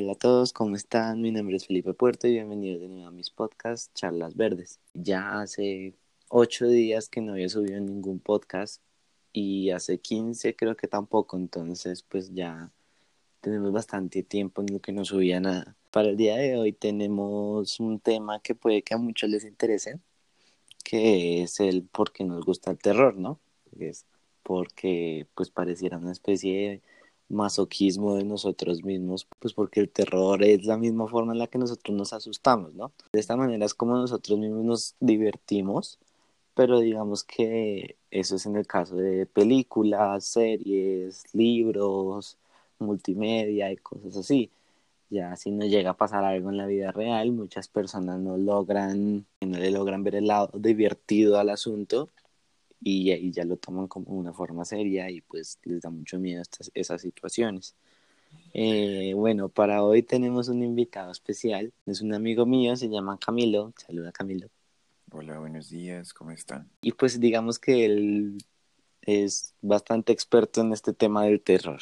Hola a todos, ¿cómo están? Mi nombre es Felipe Puerto y bienvenidos de nuevo a mis podcasts Charlas Verdes. Ya hace 8 días que no había subido ningún podcast y hace 15 creo que tampoco, entonces pues ya tenemos bastante tiempo en lo que no subía nada. Para el día de hoy tenemos un tema que puede que a muchos les interese, que es el por qué nos gusta el terror, ¿no? Es porque pues pareciera una especie de masoquismo de nosotros mismos, pues porque el terror es la misma forma en la que nosotros nos asustamos, ¿no? De esta manera es como nosotros mismos nos divertimos, pero digamos que eso es en el caso de películas, series, libros, multimedia y cosas así. Ya si no llega a pasar algo en la vida real, muchas personas no le logran ver el lado divertido al asunto y ya lo toman como una forma seria y pues les da mucho miedo esas situaciones. Bueno, para hoy tenemos un invitado especial, es un amigo mío, se llama Camilo, saluda Camilo. Hola, buenos días, ¿cómo están? Y pues digamos que él es bastante experto en este tema del terror.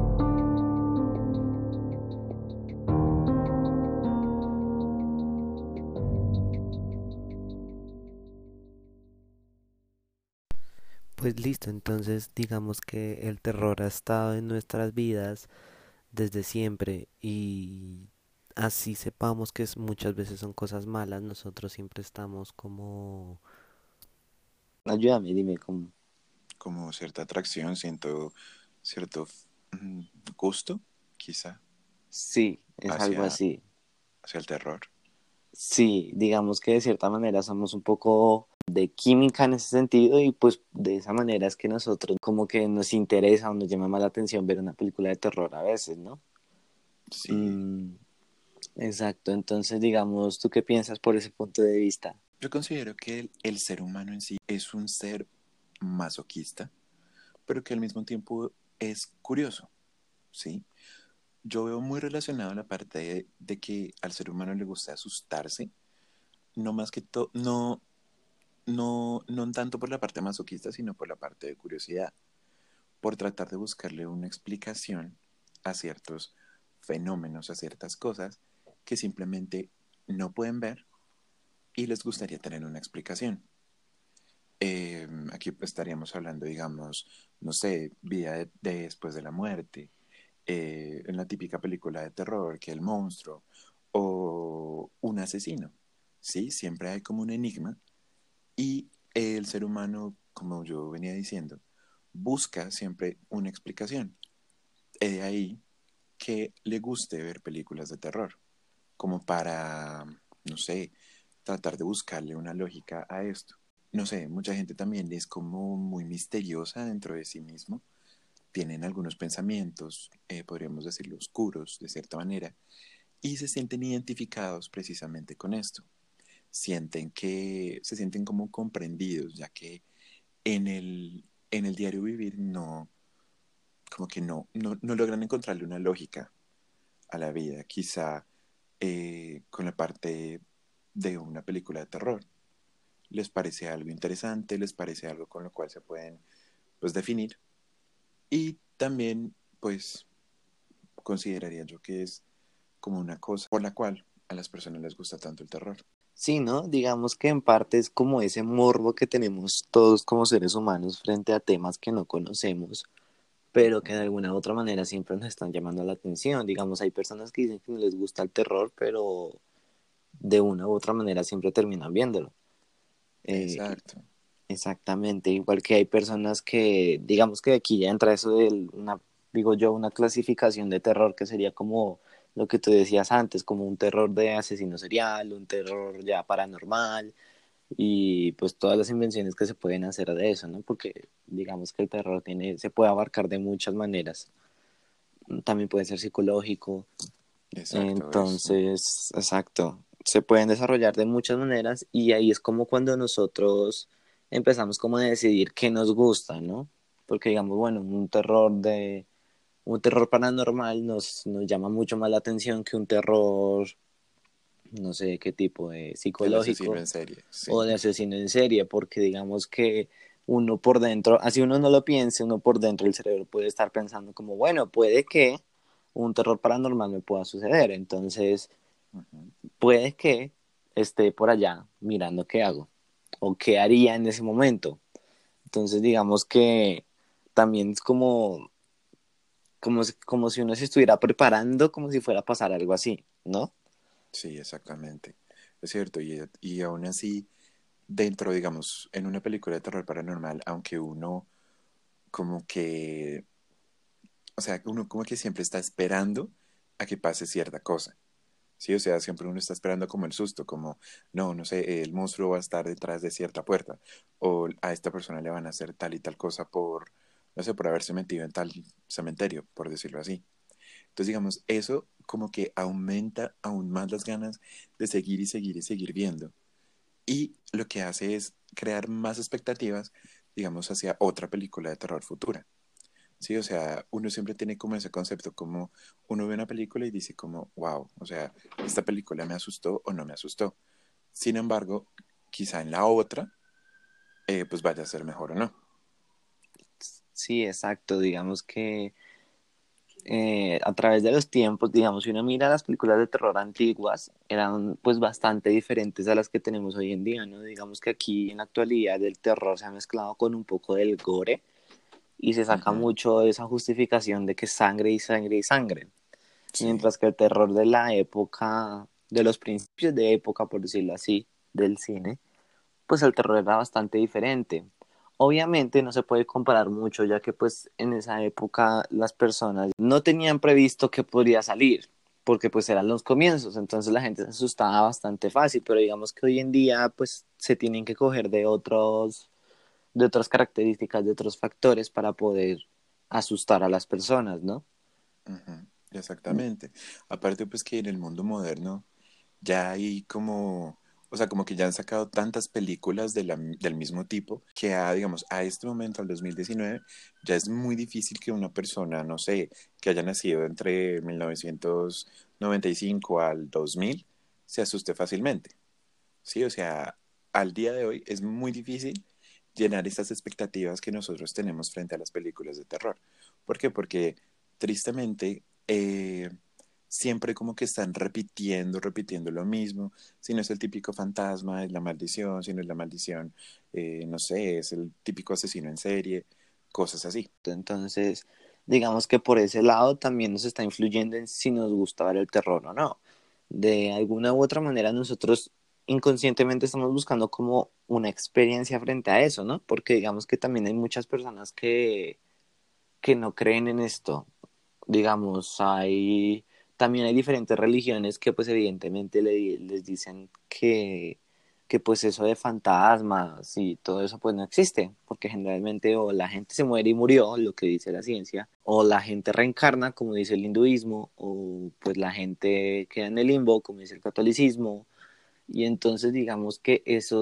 Pues listo, entonces digamos que el terror ha estado en nuestras vidas desde siempre y así sepamos que muchas veces son cosas malas, nosotros siempre estamos como... Ayúdame, dime cómo. Como cierta atracción, siento cierto mm, gusto, quizá, Sí, es algo hacia, así. hacia el terror. Sí, digamos que de cierta manera somos un poco de química en ese sentido y pues de esa manera es que nosotros como que nos interesa o nos llama más la atención ver una película de terror a veces, ¿no? Sí, Mm, exacto, entonces digamos, ¿tú qué piensas por ese punto de vista? yo considero que el ser humano en sí es un ser masoquista, pero que al mismo tiempo es curioso, ¿sí? Yo veo muy relacionado la parte de que al ser humano le gusta asustarse, no más que todo, no tanto por la parte masoquista, sino por la parte de curiosidad, por tratar de buscarle una explicación a ciertos fenómenos, a ciertas cosas que simplemente no pueden ver y les gustaría tener una explicación. Aquí estaríamos hablando, digamos, no sé, vida de después de la muerte, en la típica película de terror, que el monstruo o un asesino, ¿sí? Siempre hay como un enigma y el ser humano, como yo venía diciendo, busca siempre una explicación. De ahí que le guste ver películas de terror, como para, no sé, tratar de buscarle una lógica a esto. No sé, mucha gente también es como muy misteriosa dentro de sí mismo, tienen algunos pensamientos, podríamos decirlo, oscuros de cierta manera, y se sienten identificados precisamente con esto. Se sienten como comprendidos, ya que en el diario vivir no, como que no logran encontrarle una lógica a la vida, quizá con la parte de una película de terror. Les parece algo interesante, les parece algo con lo cual se pueden pues definir y también pues consideraría yo que es como una cosa por la cual a las personas les gusta tanto el terror. Sí, ¿no? Digamos que en parte es como ese morbo que tenemos todos como seres humanos frente a temas que no conocemos, pero que de Ujú. alguna u otra manera siempre nos están llamando la atención. Digamos, hay personas que dicen que no les gusta el terror, pero de una u otra manera siempre terminan viéndolo. Eh, Exacto. exactamente, igual que hay personas que, digamos que aquí ya entra eso de una, digo yo, una clasificación de terror que sería como lo que tú decías antes, como un terror de asesino serial, un terror ya paranormal y pues todas las invenciones que se pueden hacer de eso, ¿no? Porque digamos que el terror se puede abarcar de muchas maneras. También puede ser psicológico. Exacto, Entonces, exacto, se pueden desarrollar de muchas maneras y ahí es como cuando nosotros empezamos como a decidir qué nos gusta, ¿no? Porque digamos, bueno, un terror paranormal nos llama mucho más la atención que un terror, no sé qué tipo de del asesino psicológico en serie, o sí. de asesino en serie, porque digamos que uno por dentro, así uno no lo piense, uno por dentro el cerebro puede estar pensando como, bueno, puede que, un terror paranormal me pueda suceder. Entonces, Ujú. puede que esté por allá mirando qué hago o qué haría en ese momento. Entonces, digamos que también es como si uno se estuviera preparando como si fuera a pasar algo así, ¿no? Sí, exactamente. Es cierto, y aún así, dentro, digamos, en una película de terror paranormal, aunque uno como que, o sea, uno como que siempre está esperando a que pase cierta cosa. Sí, o sea, siempre uno está esperando como el susto, como, no, no sé, el monstruo va a estar detrás de cierta puerta, o a esta persona le van a hacer tal y tal cosa por, no sé, por haberse metido en tal cementerio, por decirlo así. Entonces, digamos, eso como que aumenta aún más las ganas de seguir y seguir y seguir viendo. Y lo que hace es crear más expectativas, digamos, hacia otra película de terror futura. Sí, o sea, uno siempre tiene como ese concepto, como uno ve una película y dice como, wow, o sea, esta película me asustó o no me asustó. Sin embargo, quizá en la otra, pues vaya a ser mejor o no. Sí, exacto. Digamos que a través de los tiempos, digamos, si uno mira las películas de terror antiguas, eran pues bastante diferentes a las que tenemos hoy en día, ¿no? Digamos que aquí en la actualidad el terror se ha mezclado con un poco del gore y se saca Ujú. mucho esa justificación de que sangre y sangre y sangre. Sí, Mientras que el terror de la época, de los principios de época, por decirlo así, del cine, pues el terror era bastante diferente. Obviamente no se puede comparar mucho, ya que pues en esa época las personas no tenían previsto que podría salir, porque pues eran los comienzos, entonces la gente se asustaba bastante fácil, pero digamos que hoy en día pues se tienen que coger de otras características, de otros factores para poder asustar a las personas, ¿no? ujú, exactamente. Aparte, pues que en el mundo moderno ya hay como, o sea, como que ya han sacado tantas películas del mismo tipo que digamos, a este momento, al 2019 ya es muy difícil que una persona, no sé, que haya nacido entre 1995 al 2000 se asuste fácilmente. Sí, o sea, al día de hoy es muy difícil llenar estas expectativas que nosotros tenemos frente a las películas de terror. ¿Por qué? Porque tristemente siempre como que están repitiendo lo mismo. Si no es el típico fantasma, es la maldición. Si no es la maldición, no sé, es el típico asesino en serie, cosas así. Entonces, digamos que por ese lado también nos está influyendo en si nos gusta ver el terror o no. De alguna u otra manera nosotros inconscientemente estamos buscando como una experiencia frente a eso, ¿no? Porque digamos que también hay muchas personas que no creen en esto. Digamos, también hay diferentes religiones que pues evidentemente les dicen que pues eso de fantasmas y todo eso pues no existe, porque generalmente o la gente se muere y murió, lo que dice la ciencia, o la gente reencarna, como dice el hinduismo, o pues la gente queda en el limbo, como dice el catolicismo, y entonces digamos que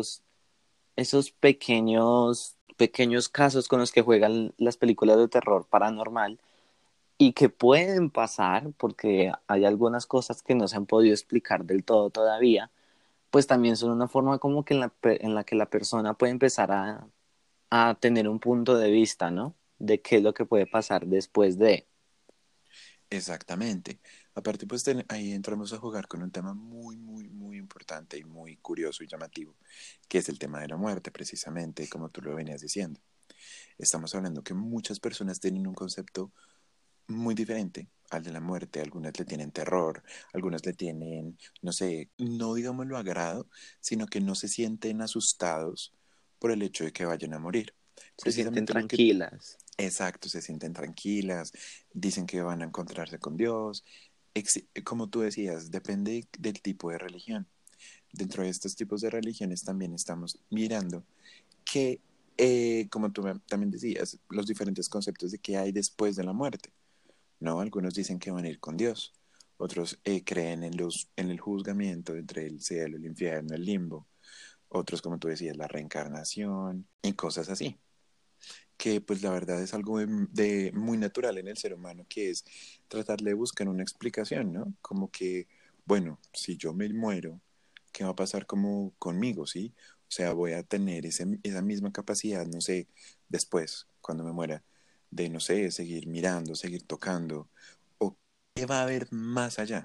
esos pequeños casos con los que juegan las películas de terror paranormal y que pueden pasar porque hay algunas cosas que no se han podido explicar del todo todavía, pues también son una forma como que en la que la persona puede empezar a tener un punto de vista, ¿no? De qué es lo que puede pasar después de. Exactamente. Aparte, pues ahí entramos a jugar con un tema muy importante y muy curioso y llamativo, que es el tema de la muerte, precisamente, como tú lo venías diciendo. Estamos hablando que muchas personas tienen un concepto muy diferente al de la muerte. Algunas le tienen terror, algunas le tienen, no sé, no digámoslo agrado, sino que no se sienten asustados por el hecho de que vayan a morir. Se sienten Precisamente lo que tranquilas. exacto, se sienten tranquilas, dicen que van a encontrarse con Dios. Como tú decías, depende del tipo de religión. Dentro de estos tipos de religiones también estamos mirando que, como tú también decías, los diferentes conceptos de qué hay después de la muerte. ¿No? Algunos dicen que van a ir con Dios, otros creen en el juzgamiento entre el cielo, el infierno, el limbo, otros, como tú decías, la reencarnación y cosas así que pues la verdad es algo de muy natural en el ser humano, que es tratar de buscar una explicación, ¿no? Como que, bueno, si yo me muero, ¿qué va a pasar como conmigo, sí? O sea, voy a tener esa misma capacidad, no sé, después, cuando me muera, de, no sé, seguir mirando, seguir tocando, o ¿Qué va a haber más allá?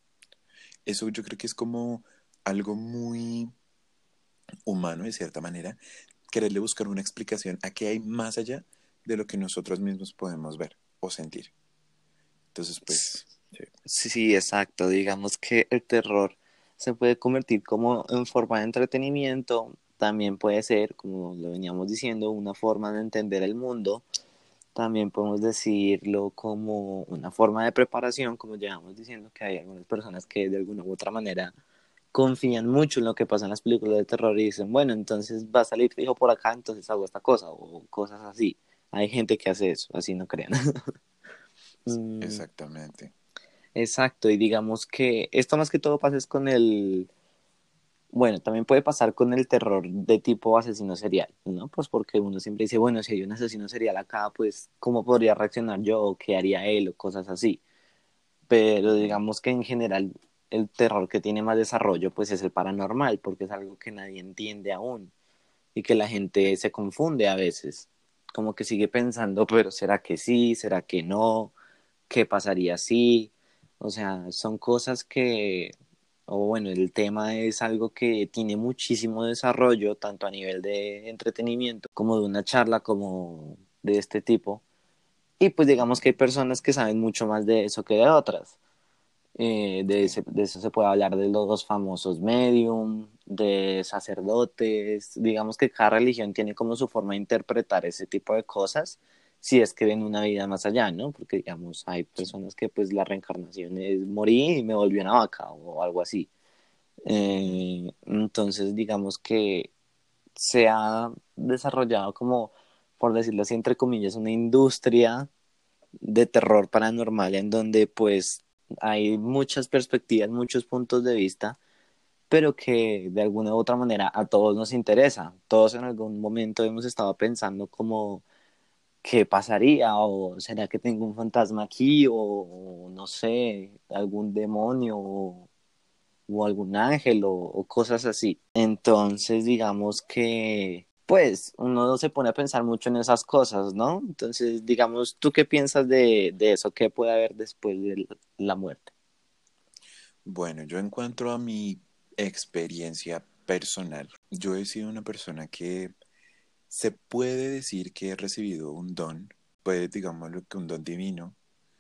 Eso yo creo que es como algo muy humano, de cierta manera, quererle buscar una explicación a qué hay más allá de lo que nosotros mismos podemos ver o sentir. Entonces, pues, sí. Sí, sí, exacto. Digamos que el terror se puede convertir como en forma de entretenimiento, también puede ser, como lo veníamos diciendo, una forma de entender el mundo, también podemos decirlo como una forma de preparación, como llevamos diciendo que hay algunas personas que de alguna u otra manera confían mucho en lo que pasa en las películas de terror y dicen, bueno, entonces va a salir fijo por acá, entonces hago esta cosa o cosas así. Hay gente que hace eso, así no crean. Mm, Exactamente. exacto, y digamos que esto más que todo pasa es con el, bueno, también puede pasar con el terror de tipo asesino serial, ¿no? Pues porque uno siempre dice, bueno, si hay un asesino serial acá, pues, ¿cómo podría reaccionar yo? ¿O qué haría él? O cosas así. Pero Ujú. digamos que en general el terror que tiene más desarrollo, pues es el paranormal, porque es algo que nadie entiende aún y que la gente se confunde a veces. Como que sigue pensando, pero ¿será que sí? ¿Será que no? ¿Qué pasaría si? O sea, son cosas que, o bueno, el tema es algo que tiene muchísimo desarrollo, tanto a nivel de entretenimiento como de una charla como de este tipo. Y pues digamos que hay personas que saben mucho más de eso que de otras. Sí. De eso se puede hablar de los famosos medium, de sacerdotes, digamos que cada religión tiene como su forma de interpretar ese tipo de cosas, si es que ven una vida más allá, ¿no? Porque digamos, hay Sí. personas que pues la reencarnación es morir y me volví una vaca o algo así. Ujú. Entonces, digamos que se ha desarrollado como, por decirlo así, entre comillas, una industria de terror paranormal en donde pues hay muchas perspectivas, muchos puntos de vista, pero que de alguna u otra manera a todos nos interesa. Todos en algún momento hemos estado pensando como qué pasaría o será que tengo un fantasma aquí o no sé, algún demonio o algún ángel o cosas así. Entonces, digamos que, pues, uno se pone a pensar mucho en esas cosas, ¿no? Entonces, digamos, ¿tú qué piensas de eso? ¿Qué puede haber después de la muerte? Bueno, yo en cuanto a mi experiencia personal, yo he sido una persona que se puede decir que he recibido un don, pues digámoslo que un don divino,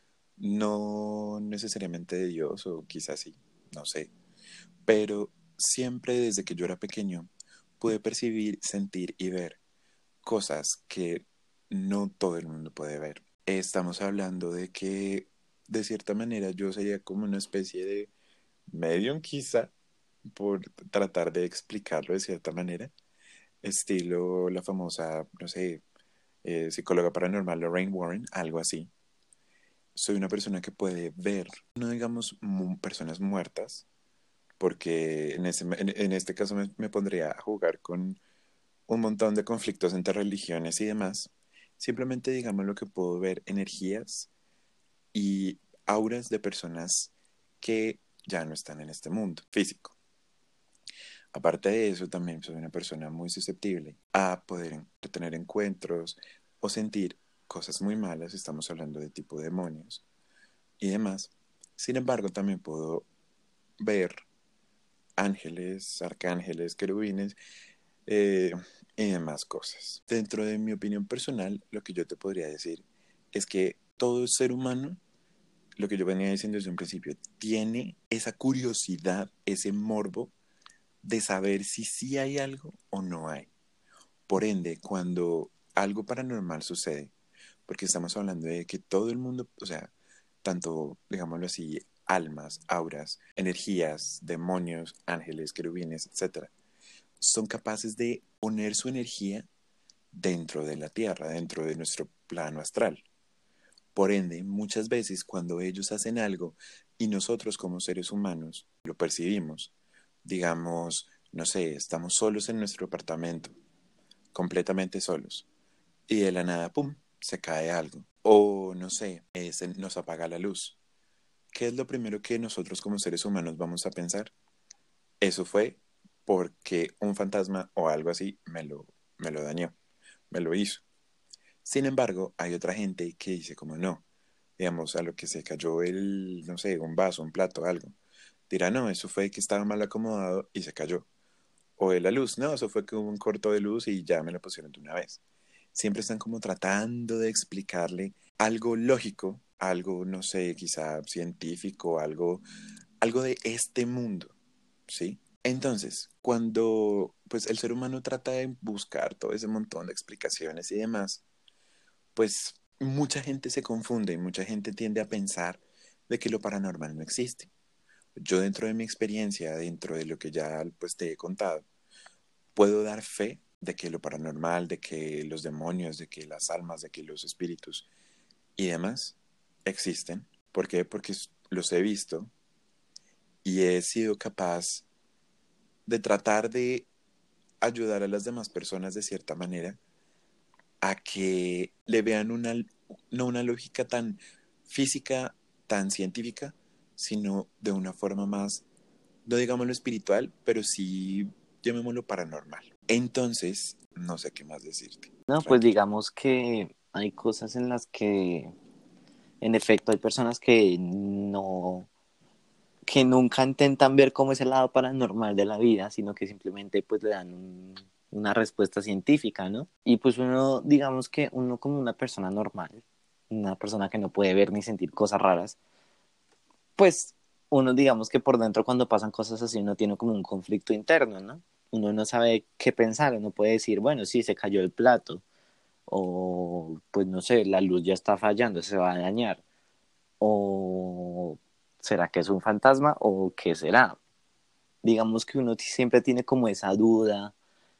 no necesariamente de Dios o quizás sí, no sé, pero siempre desde que yo era pequeño pude percibir, sentir y ver cosas que no todo el mundo puede ver. Estamos hablando de que de cierta manera yo sería como una especie de medium quizá, por tratar de explicarlo de cierta manera, estilo la famosa, no sé, psicóloga paranormal Lorraine Warren, algo así. Soy una persona que puede ver, no digamos personas muertas, porque en este caso me pondría a jugar con un montón de conflictos entre religiones y demás. Simplemente digamos lo que puedo ver energías y auras de personas que ya no están en este mundo físico. Aparte de eso, también soy una persona muy susceptible a poder tener encuentros o sentir cosas muy malas, estamos hablando de tipo demonios y demás. Sin embargo, también puedo ver ángeles, arcángeles, querubines eh, y demás cosas. Dentro de mi opinión personal, lo que yo te podría decir es que todo ser humano, lo que yo venía diciendo desde un principio, tiene esa curiosidad, ese morbo de saber si sí hay algo o no hay. Por ende, cuando algo paranormal sucede, porque estamos hablando de que todo el mundo, o sea, tanto, digámoslo así, almas, auras, energías, demonios, ángeles, querubines, etcétera, son capaces de poner su energía dentro de la Tierra, dentro de nuestro plano astral. Por ende, muchas veces cuando ellos hacen algo y nosotros como seres humanos lo percibimos, digamos, no sé, estamos solos en nuestro apartamento, completamente solos, y de la nada, ¡pum!, se cae algo. O no sé, nos apaga la luz. ¿Qué es lo primero que nosotros como seres humanos vamos a pensar? Eso fue porque un fantasma o algo así me lo dañó, me lo hizo. Sin embargo, hay otra gente que dice como no. digamos, a lo que se cayó no sé, un vaso, un plato, algo. Dirá, no, eso fue que estaba mal acomodado y se cayó. O de la luz, no, eso fue que hubo un corto de luz y ya me lo pusieron de una vez. Siempre están como tratando de explicarle algo lógico, algo, no sé, quizá científico, algo de este mundo, ¿sí? Entonces, cuando pues el ser humano trata de buscar todo ese montón de explicaciones y demás, pues mucha gente se confunde y mucha gente tiende a pensar de que lo paranormal no existe. Yo dentro de mi experiencia, dentro de lo que ya pues te he contado, puedo dar fe de que lo paranormal, de que los demonios, de que las almas, de que los espíritus y demás existen. ¿Por qué? Porque los he visto y he sido capaz de tratar de ayudar a las demás personas de cierta manera a que le vean no una lógica tan física, tan científica, sino de una forma más, no digámoslo espiritual, pero sí llamémoslo paranormal. Entonces, no sé qué más decirte. No, pues Tranquilo. digamos que hay cosas en las que, en efecto, hay personas que nunca intentan ver cómo es el lado paranormal de la vida, sino que simplemente pues le dan una respuesta científica, ¿no? Y pues uno, digamos que uno como una persona normal, una persona que no puede ver ni sentir cosas raras, pues uno digamos que por dentro cuando pasan cosas así uno tiene como un conflicto interno, ¿no? Uno no sabe qué pensar, uno puede decir, bueno, sí, se cayó el plato, o pues no sé, la luz ya está fallando, se va a dañar, o ¿será que es un fantasma o qué será? Digamos que uno siempre tiene como esa duda,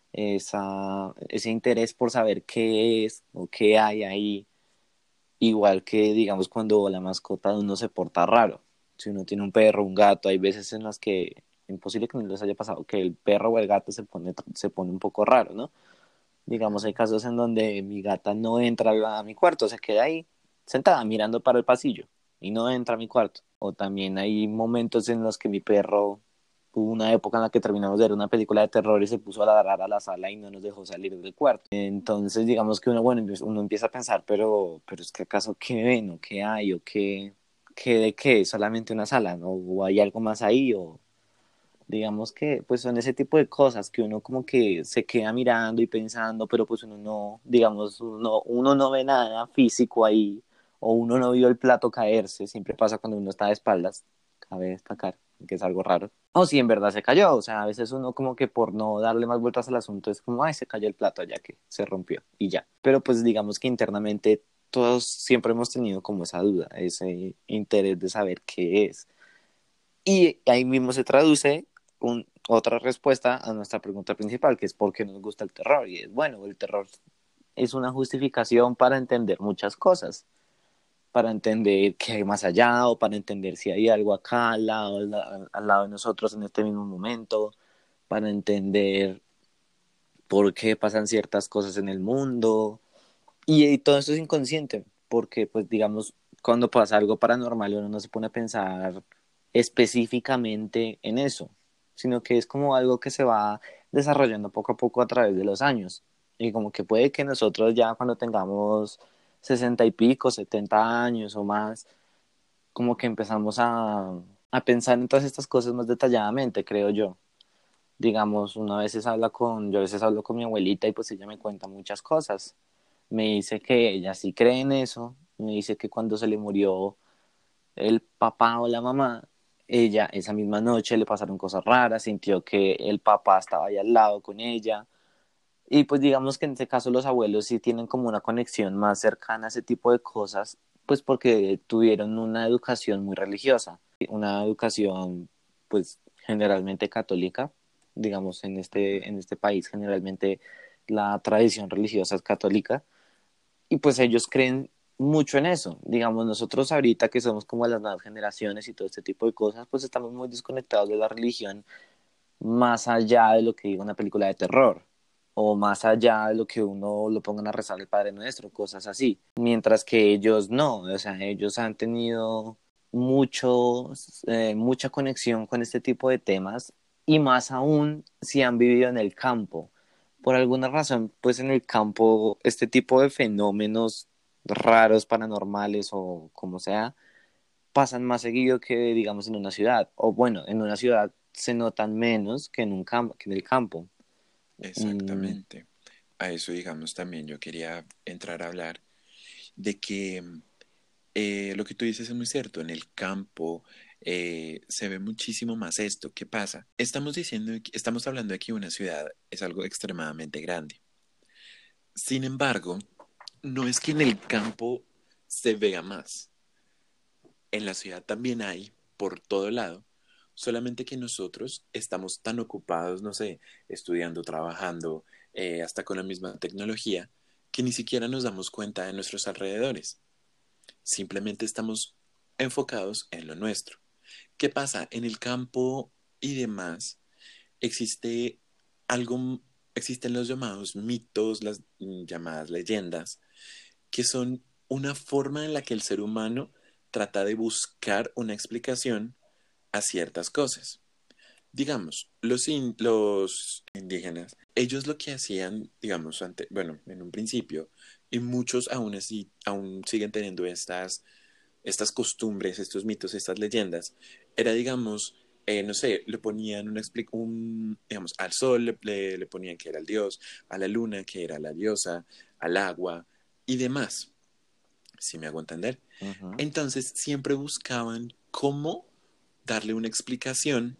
ese interés por saber qué es o qué hay ahí, igual que digamos cuando la mascota de uno se porta raro. Si uno tiene un perro, un gato, hay veces en las que imposible que no les haya pasado que el perro o el gato se pone un poco raro, ¿no? Digamos, hay casos en donde mi gata no entra a mi cuarto, se queda ahí sentada mirando para el pasillo y no entra a mi cuarto. O también hay momentos en los que mi perro, hubo una época en la que terminamos de ver una película de terror y se puso a ladrar a la sala y no nos dejó salir del cuarto. Entonces, digamos que uno, bueno, uno empieza a pensar, pero es que acaso qué ven o qué hay o qué de qué, solamente una sala, ¿no? O hay algo más ahí o digamos que pues son ese tipo de cosas que uno como que se queda mirando y pensando, pero pues uno no, digamos, uno no ve nada físico ahí, o uno no vio el plato caerse, siempre pasa cuando uno está de espaldas, cabe destacar, que es algo raro. O si en verdad se cayó, o sea, a veces uno como que por no darle más vueltas al asunto es como, ay, se cayó el plato ya que se rompió y ya. Pero pues digamos que internamente todos siempre hemos tenido como esa duda, ese interés de saber qué es. Y ahí mismo se traduce otra respuesta a nuestra pregunta principal, que es por qué nos gusta el terror. Y es, bueno, el terror es una justificación para entender muchas cosas, para entender qué hay más allá o para entender si hay algo acá al lado de nosotros en este mismo momento, para entender por qué pasan ciertas cosas en el mundo. Y todo esto es inconsciente, porque pues digamos, cuando pasa algo paranormal uno no se pone a pensar específicamente en eso, sino que es como algo que se va desarrollando poco a poco a través de los años. Y como que puede que nosotros ya cuando tengamos 60 y pico, 70 años o más, como que empezamos a pensar en todas estas cosas más detalladamente, creo yo. Digamos, yo a veces hablo con mi abuelita y pues ella me cuenta muchas cosas. Me dice que ella sí cree en eso, me dice que cuando se le murió el papá o la mamá, ella esa misma noche le pasaron cosas raras, sintió que el papá estaba ahí al lado con ella. Y pues digamos que en este caso los abuelos sí tienen como una conexión más cercana a ese tipo de cosas, pues porque tuvieron una educación muy religiosa, una educación pues generalmente católica, digamos en este país generalmente la tradición religiosa es católica y pues ellos creen mucho en eso. Digamos, nosotros ahorita que somos como las nuevas generaciones y todo este tipo de cosas, pues estamos muy desconectados de la religión más allá de lo que diga una película de terror o más allá de lo que uno lo pongan a rezar el Padre Nuestro, cosas así. Mientras que ellos no, o sea, ellos han tenido mucha conexión con este tipo de temas y más aún si han vivido en el campo. Por alguna razón, pues en el campo este tipo de fenómenos raros, paranormales o como sea, pasan más seguido que, digamos, en una ciudad. O bueno, en una ciudad se notan menos que en un campo, que en el campo. Mm, Exactamente. A eso, digamos, también yo quería entrar a hablar de que lo que tú dices es muy cierto. En el campo se ve muchísimo más esto. ¿Qué pasa? Estamos hablando de que una ciudad es algo extremadamente grande. Sin embargo, no es que en el campo se vea más. En la ciudad también hay, por todo lado, solamente que nosotros estamos tan ocupados, no sé, estudiando, trabajando, hasta con la misma tecnología, que ni siquiera nos damos cuenta de nuestros alrededores. Simplemente estamos enfocados en lo nuestro. ¿Qué pasa? En el campo y demás existe algo, existen los llamados mitos, las llamadas leyendas, que son una forma en la que el ser humano trata de buscar una explicación a ciertas cosas. Digamos, los indígenas, ellos lo que hacían, digamos, bueno, en un principio, y muchos aún así, aún siguen teniendo estas costumbres, estos mitos, estas leyendas, era, digamos, no sé, le ponían digamos, al sol le ponían que era el dios, a la luna que era la diosa, al agua y demás, si me hago entender. ujú. Entonces siempre buscaban cómo darle una explicación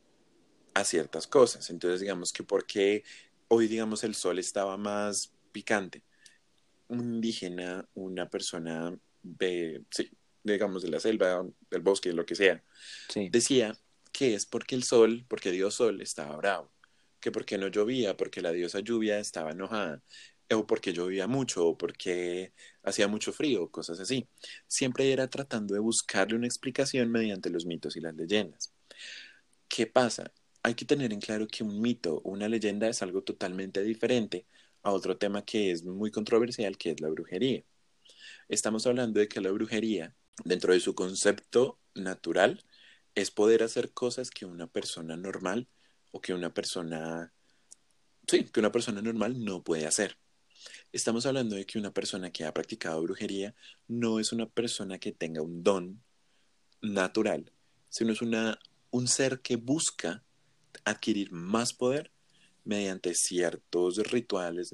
a ciertas cosas. Entonces, digamos que por qué hoy, digamos, el sol estaba más picante. Un indígena, una persona sí, digamos, de la selva, del bosque, lo que sea, Sí, decía que es porque el sol, porque Dios Sol estaba bravo, que porque no llovía, porque la diosa lluvia estaba enojada, o porque llovía mucho, o porque hacía mucho frío, cosas así. Siempre era tratando de buscarle una explicación mediante los mitos y las leyendas. ¿Qué pasa? Hay que tener en claro que un mito o una leyenda es algo totalmente diferente a otro tema que es muy controversial, que es la brujería. Estamos hablando de que la brujería, dentro de su concepto natural, es poder hacer cosas que una persona normal o que una persona, sí, que una persona normal no puede hacer. Estamos hablando de que una persona que ha practicado brujería no es una persona que tenga un don natural, sino es un ser que busca adquirir más poder mediante ciertos rituales,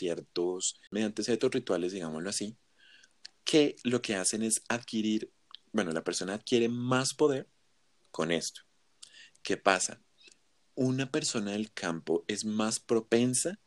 mediante ciertos rituales, digámoslo así, que lo que hacen es adquirir, bueno, la persona adquiere más poder con esto. ¿Qué pasa? Una persona del campo es más propensa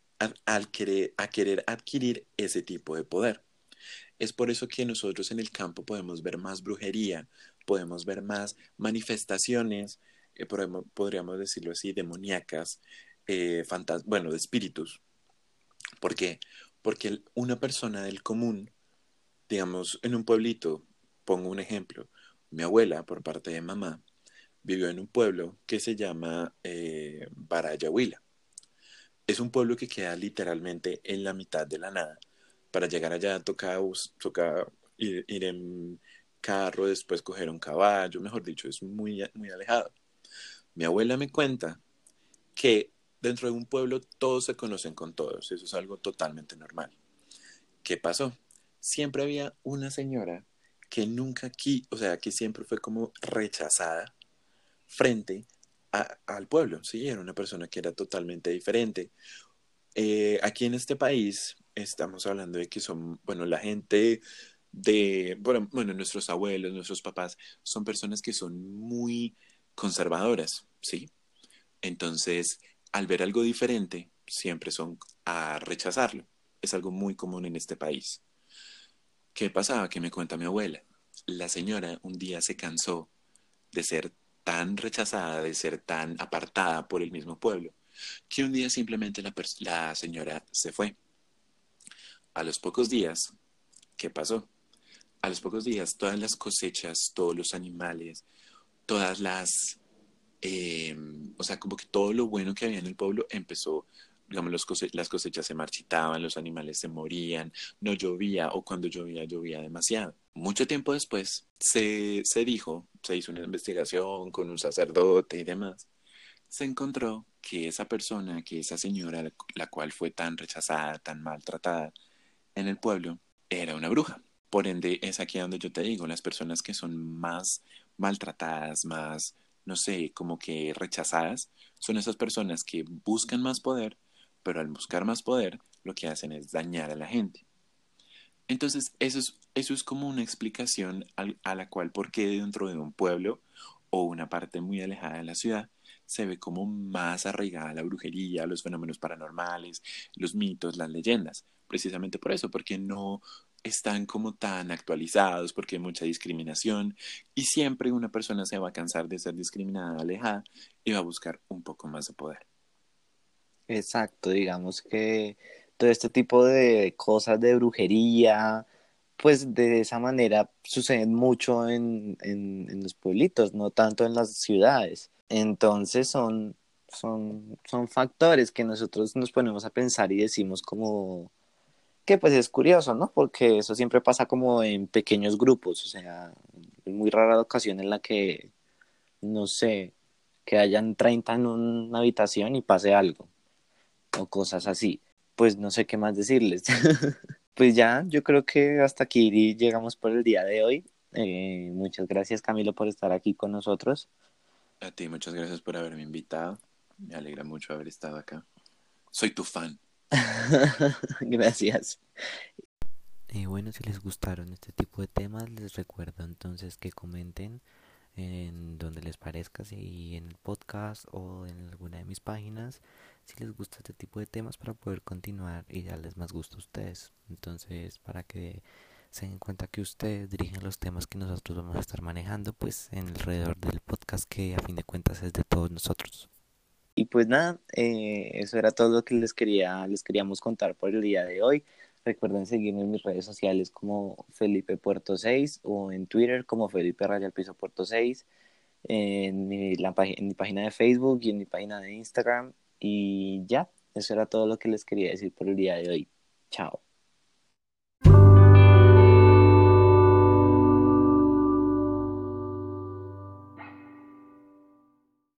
a querer adquirir ese tipo de poder. Es por eso que nosotros en el campo podemos ver más brujería, podemos ver más manifestaciones, podríamos decirlo así, demoníacas, bueno, de espíritus. ¿Por qué? Porque una persona del común, digamos, en un pueblito, pongo un ejemplo, mi abuela, por parte de mamá, vivió en un pueblo que se llama Barayahuila. Es un pueblo que queda literalmente en la mitad de la nada. Para llegar allá toca ir en carro, después coger un caballo, mejor dicho, es muy, muy alejado. Mi abuela me cuenta que dentro de un pueblo todos se conocen con todos, eso es algo totalmente normal. ¿Qué pasó? Siempre había una señora que nunca aquí, o sea, que siempre fue como rechazada frente al pueblo, ¿sí? Era una persona que era totalmente diferente. Aquí en este país estamos hablando de que son, bueno, la gente bueno, nuestros abuelos, nuestros papás, son personas que son muy conservadoras, ¿sí? Entonces, al ver algo diferente, siempre son a rechazarlo. Es algo muy común en este país. ¿Qué pasaba? Que me cuenta mi abuela. La señora un día se cansó de ser tan rechazada, de ser tan apartada por el mismo pueblo, que un día simplemente la señora se fue. A los pocos días, ¿qué pasó? A los pocos días, todas las cosechas, todos los animales, todas eh, o sea, como que todo lo bueno que había en el pueblo empezó, digamos, las cosechas se marchitaban, los animales se morían, no llovía o cuando llovía, llovía demasiado. Mucho tiempo después se hizo una investigación con un sacerdote y demás. Se encontró que esa persona, que esa señora, la cual fue tan rechazada, tan maltratada en el pueblo, era una bruja. Por ende, es aquí donde yo te digo, las personas que son más maltratadas, más, no sé, como que rechazadas, son esas personas que buscan más poder, pero al buscar más poder, lo que hacen es dañar a la gente. Entonces, eso es como una explicación a la cual, por qué dentro de un pueblo o una parte muy alejada de la ciudad, se ve como más arraigada la brujería, los fenómenos paranormales, los mitos, las leyendas. Precisamente por eso, porque no están como tan actualizados, porque hay mucha discriminación y siempre una persona se va a cansar de ser discriminada, alejada y va a buscar un poco más de poder. Exacto, digamos que todo este tipo de cosas de brujería, pues de esa manera suceden mucho en los pueblitos, no tanto en las ciudades. Entonces son factores que nosotros nos ponemos a pensar y decimos como que pues es curioso, ¿no? Porque eso siempre pasa como en pequeños grupos, o sea, es muy rara la ocasión en la que, no sé, que hayan 30 en una habitación y pase algo o cosas así. Pues no sé qué más decirles. Pues ya, yo creo que hasta aquí llegamos por el día de hoy. Muchas gracias, Camilo, por estar aquí con nosotros. A ti, muchas gracias por haberme invitado. Me alegra mucho haber estado acá. Soy tu fan. Gracias. Bueno, si les gustaron este tipo de temas, les recuerdo entonces que comenten en donde les parezca, si en el podcast o en alguna de mis páginas, si les gusta este tipo de temas para poder continuar y darles más gusto a ustedes. Entonces, para que se den cuenta que ustedes dirigen los temas que nosotros vamos a estar manejando, pues en alrededor del podcast que a fin de cuentas es de todos nosotros. Y pues nada, eso era todo lo que les queríamos contar por el día de hoy. Recuerden seguirme en mis redes sociales como Felipe Puerto 6 o en Twitter como Felipe Raya al Piso Puerto 6, en mi página de Facebook y en mi página de Instagram. Y ya, eso era todo lo que les quería decir por el día de hoy. Chao.